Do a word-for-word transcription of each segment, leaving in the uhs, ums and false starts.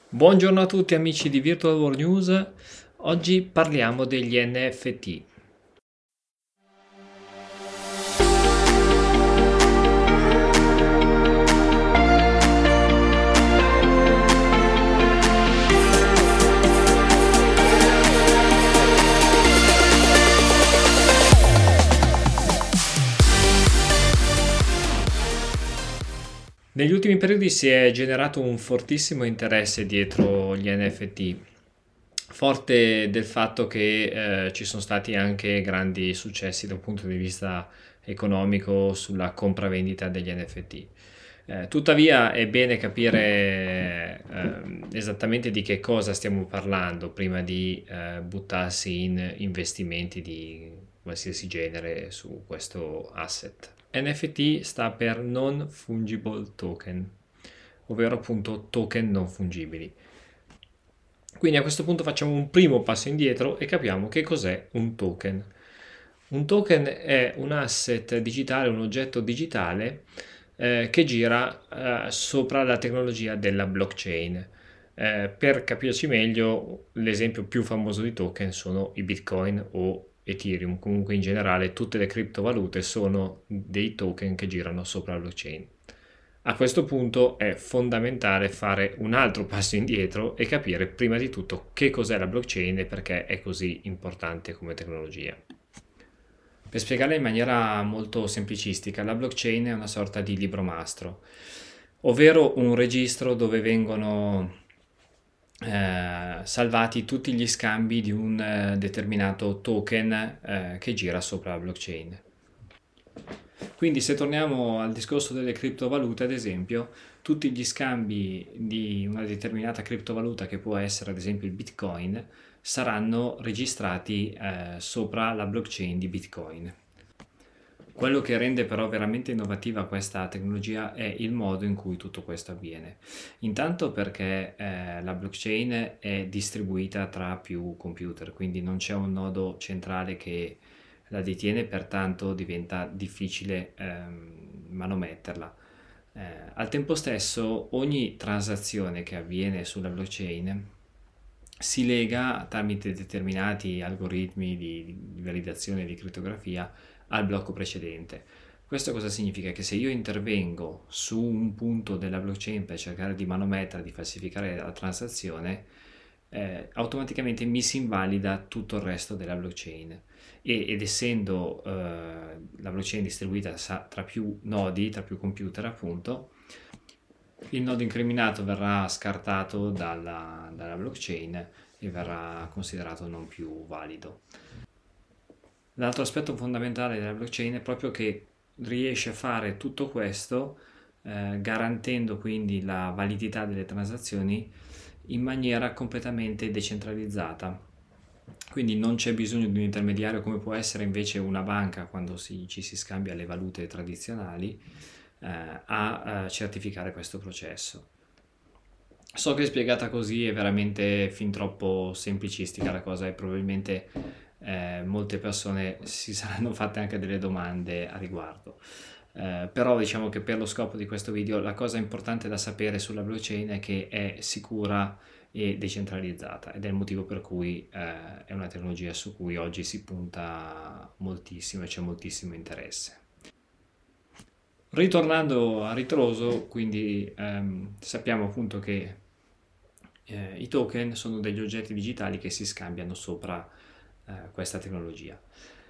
Buongiorno a tutti amici di Virtual World News, oggi parliamo degli N F T. Negli ultimi periodi si è generato un fortissimo interesse dietro gli N F T, forte del fatto che eh, ci sono stati anche grandi successi da un punto di vista economico sulla compravendita degli N F T. Eh, tuttavia è bene capire eh, esattamente di che cosa stiamo parlando prima di eh, buttarsi in investimenti di qualsiasi genere su questo asset. N F T sta per Non Fungible Token, ovvero appunto token non fungibili. Quindi a questo punto facciamo un primo passo indietro e capiamo che cos'è un token. Un token è un asset digitale, un oggetto digitale eh, che gira eh, sopra la tecnologia della blockchain. Eh, per capirci meglio, l'esempio più famoso di token sono i Bitcoin o Ethereum. Comunque in generale tutte le criptovalute sono dei token che girano sopra la blockchain. A questo punto è fondamentale fare un altro passo indietro e capire prima di tutto che cos'è la blockchain e perché è così importante come tecnologia. Per spiegarla in maniera molto semplicistica, la blockchain è una sorta di libro mastro, ovvero un registro dove vengono eh, salvati tutti gli scambi di un eh, determinato token eh, che gira sopra la blockchain. Quindi se torniamo al discorso delle criptovalute, ad esempio, tutti gli scambi di una determinata criptovaluta, che può essere ad esempio il Bitcoin, saranno registrati eh, sopra la blockchain di Bitcoin. Quello che rende però veramente innovativa questa tecnologia è il modo in cui tutto questo avviene. Intanto perché eh, la blockchain è distribuita tra più computer, quindi non c'è un nodo centrale che la detiene, pertanto diventa difficile ehm, manometterla. Eh, al tempo stesso, ogni transazione che avviene sulla blockchain si lega tramite determinati algoritmi di, di validazione e di crittografia al blocco precedente. Questo cosa significa? Che se io intervengo su un punto della blockchain per cercare di manomettere, di falsificare la transazione, eh, automaticamente mi si invalida tutto il resto della blockchain. E, ed essendo eh, la blockchain distribuita tra più nodi, tra più computer appunto, il nodo incriminato verrà scartato dalla, dalla blockchain e verrà considerato non più valido. L'altro aspetto fondamentale della blockchain è proprio che riesce a fare tutto questo eh, garantendo quindi la validità delle transazioni in maniera completamente decentralizzata. Quindi non c'è bisogno di un intermediario come può essere invece una banca quando si, ci si scambia le valute tradizionali eh, a, a certificare questo processo. So che spiegata così è veramente fin troppo semplicistica la cosa e probabilmente eh, molte persone si saranno fatte anche delle domande a riguardo. Eh, però diciamo che per lo scopo di questo video la cosa importante da sapere sulla blockchain è che è sicura e decentralizzata ed è il motivo per cui eh, è una tecnologia su cui oggi si punta moltissimo e c'è moltissimo interesse. Ritornando a ritroso, quindi ehm, sappiamo appunto che eh, i token sono degli oggetti digitali che si scambiano sopra eh, questa tecnologia.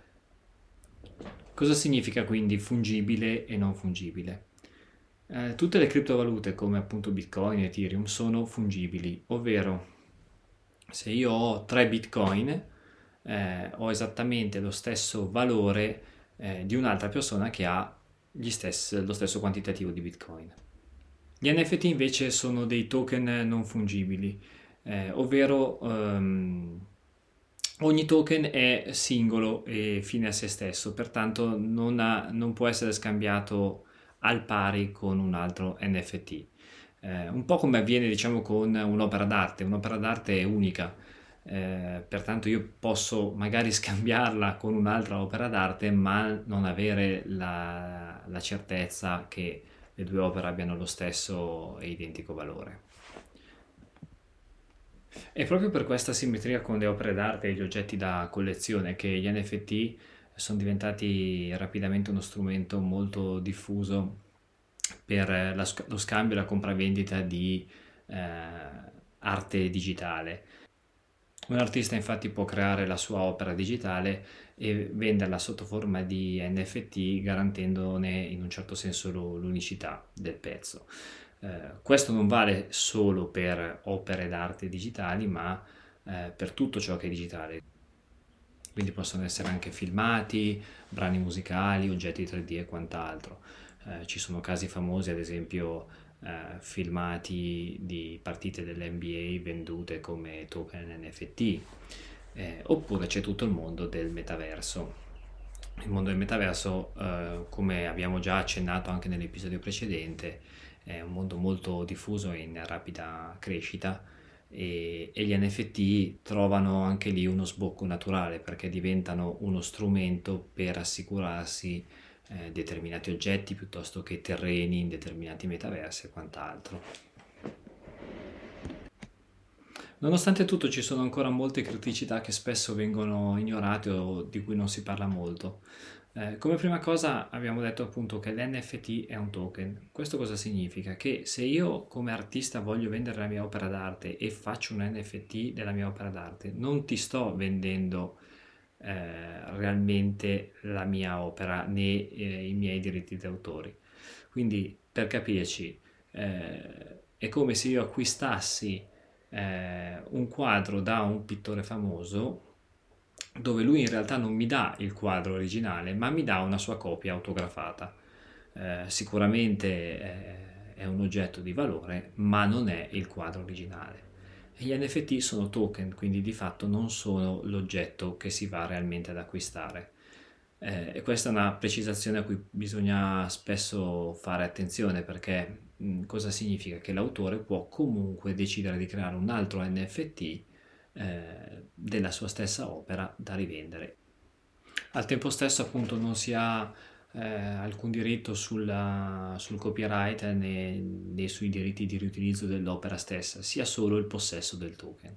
Cosa significa quindi fungibile e non fungibile? Eh, tutte le criptovalute come appunto Bitcoin e Ethereum sono fungibili, ovvero se io ho tre Bitcoin eh, ho esattamente lo stesso valore eh, di un'altra persona che ha gli stessi, lo stesso quantitativo di Bitcoin. Gli N F T invece sono dei token non fungibili, eh, ovvero um, ogni token è singolo e fine a se stesso, pertanto non, ha, non può essere scambiato al pari con un altro N F T. Eh, un po' come avviene diciamo con un'opera d'arte, un'opera d'arte è unica, eh, pertanto io posso magari scambiarla con un'altra opera d'arte ma non avere la, la certezza che le due opere abbiano lo stesso e identico valore. È proprio per questa simmetria con le opere d'arte e gli oggetti da collezione che gli N F T sono diventati rapidamente uno strumento molto diffuso per eh, la sc- lo scambio e la compravendita di eh, arte digitale. Un artista infatti può creare la sua opera digitale e venderla sotto forma di N F T, garantendone in un certo senso lo- l'unicità del pezzo. Eh, questo non vale solo per opere d'arte digitali, ma eh, per tutto ciò che è digitale. Quindi possono essere anche filmati, brani musicali, oggetti tre D e quant'altro. Eh, ci sono casi famosi, ad esempio, eh, filmati di partite dell'N B A vendute come token N F T. Eh, oppure c'è tutto il mondo del metaverso. Il mondo del metaverso, eh, come abbiamo già accennato anche nell'episodio precedente, è un mondo molto diffuso e in rapida crescita e, e gli N F T trovano anche lì uno sbocco naturale perché diventano uno strumento per assicurarsi eh, determinati oggetti piuttosto che terreni in determinati metaversi e quant'altro. Nonostante tutto ci sono ancora molte criticità che spesso vengono ignorate o di cui non si parla molto. Eh, come prima cosa abbiamo detto appunto che l'N F T è un token. Questo cosa significa? Che se io come artista voglio vendere la mia opera d'arte e faccio un N F T della mia opera d'arte, non ti sto vendendo eh, realmente la mia opera né eh, i miei diritti d'autore. Quindi per capirci, eh, è come se io acquistassi eh, un quadro da un pittore famoso dove lui in realtà non mi dà il quadro originale, ma mi dà una sua copia autografata. Eh, sicuramente eh, è un oggetto di valore, ma non è il quadro originale. E gli N F T sono token, quindi di fatto non sono l'oggetto che si va realmente ad acquistare. Eh, e questa è una precisazione a cui bisogna spesso fare attenzione perché mh, cosa significa? Che l'autore può comunque decidere di creare un altro N F T eh, della sua stessa opera da rivendere. Al tempo stesso, appunto, non si ha eh, alcun diritto sulla- sul copyright né, né sui diritti di riutilizzo dell'opera stessa, sia solo il possesso del token.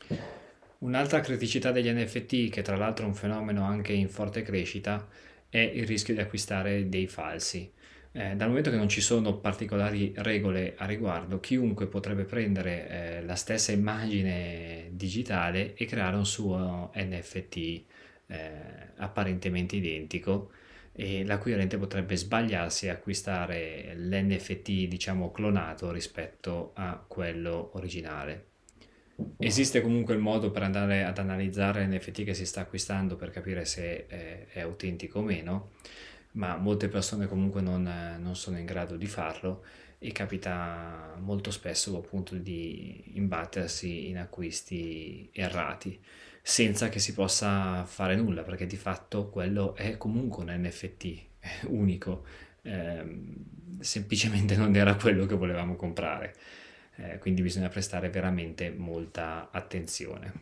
Un'altra criticità degli N F T, che tra l'altro è un fenomeno anche in forte crescita, è il rischio di acquistare dei falsi. Eh, dal momento che non ci sono particolari regole a riguardo, chiunque potrebbe prendere eh, la stessa immagine digitale e creare un suo N F T eh, apparentemente identico e l'acquirente potrebbe sbagliarsi e acquistare l'N F T, diciamo, clonato rispetto a quello originale. Esiste comunque il modo per andare ad analizzare l'N F T che si sta acquistando per capire se è, è autentico o meno, ma molte persone comunque non, eh, non sono in grado di farlo e capita molto spesso appunto di imbattersi in acquisti errati senza che si possa fare nulla perché di fatto quello è comunque un N F T unico, ehm, semplicemente non era quello che volevamo comprare. Eh, quindi bisogna prestare veramente molta attenzione.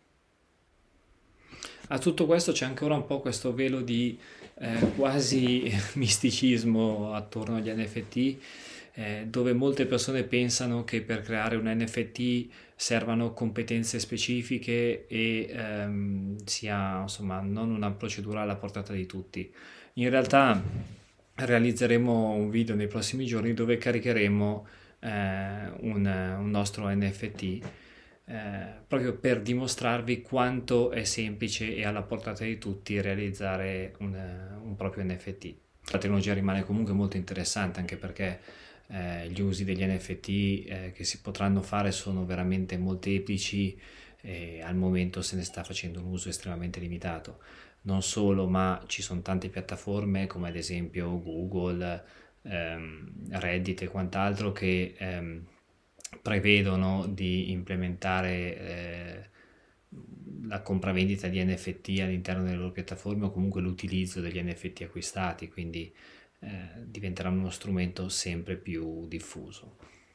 A tutto questo c'è ancora un po' questo velo di eh, quasi misticismo attorno agli N F T, eh, dove molte persone pensano che per creare un N F T servano competenze specifiche e ehm, sia insomma non una procedura alla portata di tutti. In realtà realizzeremo un video nei prossimi giorni dove caricheremo eh, un, un nostro N F T eh, proprio per dimostrarvi quanto è semplice e alla portata di tutti realizzare un, un proprio N F T. La tecnologia rimane comunque molto interessante anche perché eh, gli usi degli N F T eh, che si potranno fare sono veramente molteplici e al momento se ne sta facendo un uso estremamente limitato. Non solo, ma ci sono tante piattaforme come ad esempio Google, ehm, Reddit e quant'altro che ehm, prevedono di implementare eh, la compravendita di N F T all'interno delle loro piattaforme o comunque l'utilizzo degli N F T acquistati, quindi eh, diventerà uno strumento sempre più diffuso.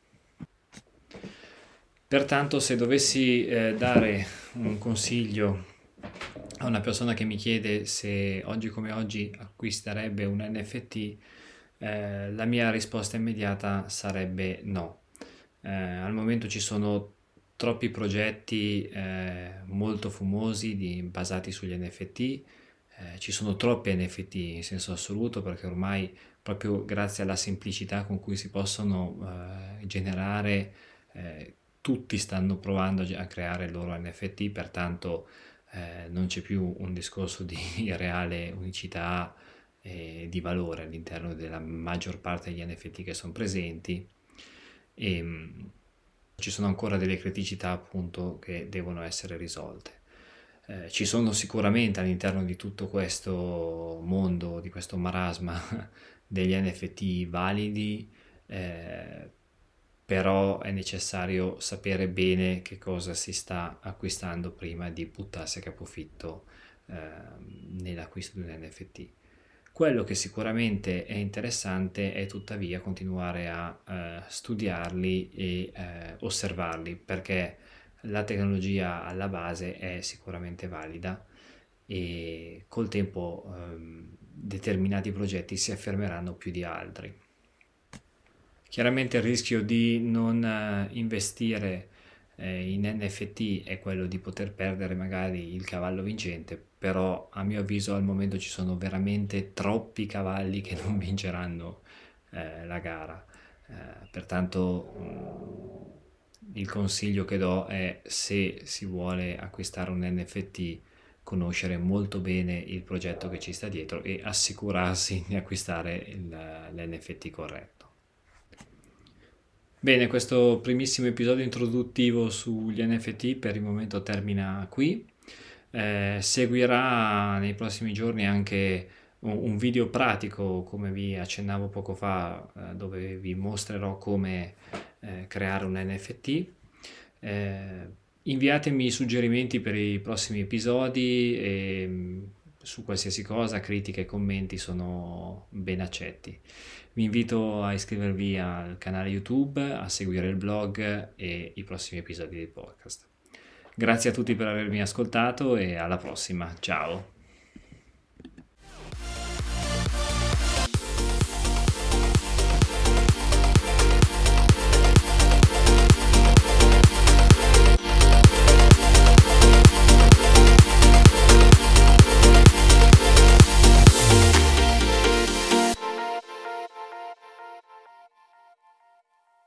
Pertanto, se dovessi eh, dare un consiglio a una persona che mi chiede se oggi come oggi acquisterebbe un N F T, eh, la mia risposta immediata sarebbe no. Eh, al momento ci sono troppi progetti eh, molto fumosi di- basati sugli N F T. Eh, ci sono troppi N F T in senso assoluto, perché ormai proprio grazie alla semplicità con cui si possono eh, generare, eh, tutti stanno provando a ge- a creare il loro N F T, pertanto eh, non c'è più un discorso di reale unicità e di valore all'interno della maggior parte degli N F T che sono presenti, e mh, ci sono ancora delle criticità appunto che devono essere risolte. Eh, ci sono sicuramente all'interno di tutto questo mondo, di questo marasma, degli N F T validi, eh, però è necessario sapere bene che cosa si sta acquistando prima di buttarsi a capofitto ehm, nell'acquisto di un N F T. Quello che sicuramente è interessante è tuttavia continuare a eh, studiarli e eh, osservarli, perché la tecnologia alla base è sicuramente valida e col tempo ehm, determinati progetti si affermeranno più di altri. Chiaramente il rischio di non eh, investire eh, in N F T è quello di poter perdere magari il cavallo vincente, però a mio avviso al momento ci sono veramente troppi cavalli che non vinceranno eh, la gara. Eh, pertanto mh, il consiglio che do è, se si vuole acquistare un N F T, conoscere molto bene il progetto che ci sta dietro e assicurarsi di acquistare il- l'N F T corretto. Bene, questo primissimo episodio introduttivo sugli N F T per il momento termina qui. Eh, seguirà nei prossimi giorni anche un un video pratico, come vi accennavo poco fa, eh, dove vi mostrerò come eh, creare un N F T. Eh, Inviatemi suggerimenti per i prossimi episodi e mh, su qualsiasi cosa, critiche e commenti sono ben accetti. Vi invito a iscrivervi al canale YouTube, a seguire il blog e i prossimi episodi del podcast. Grazie a tutti per avermi ascoltato e alla prossima. Ciao!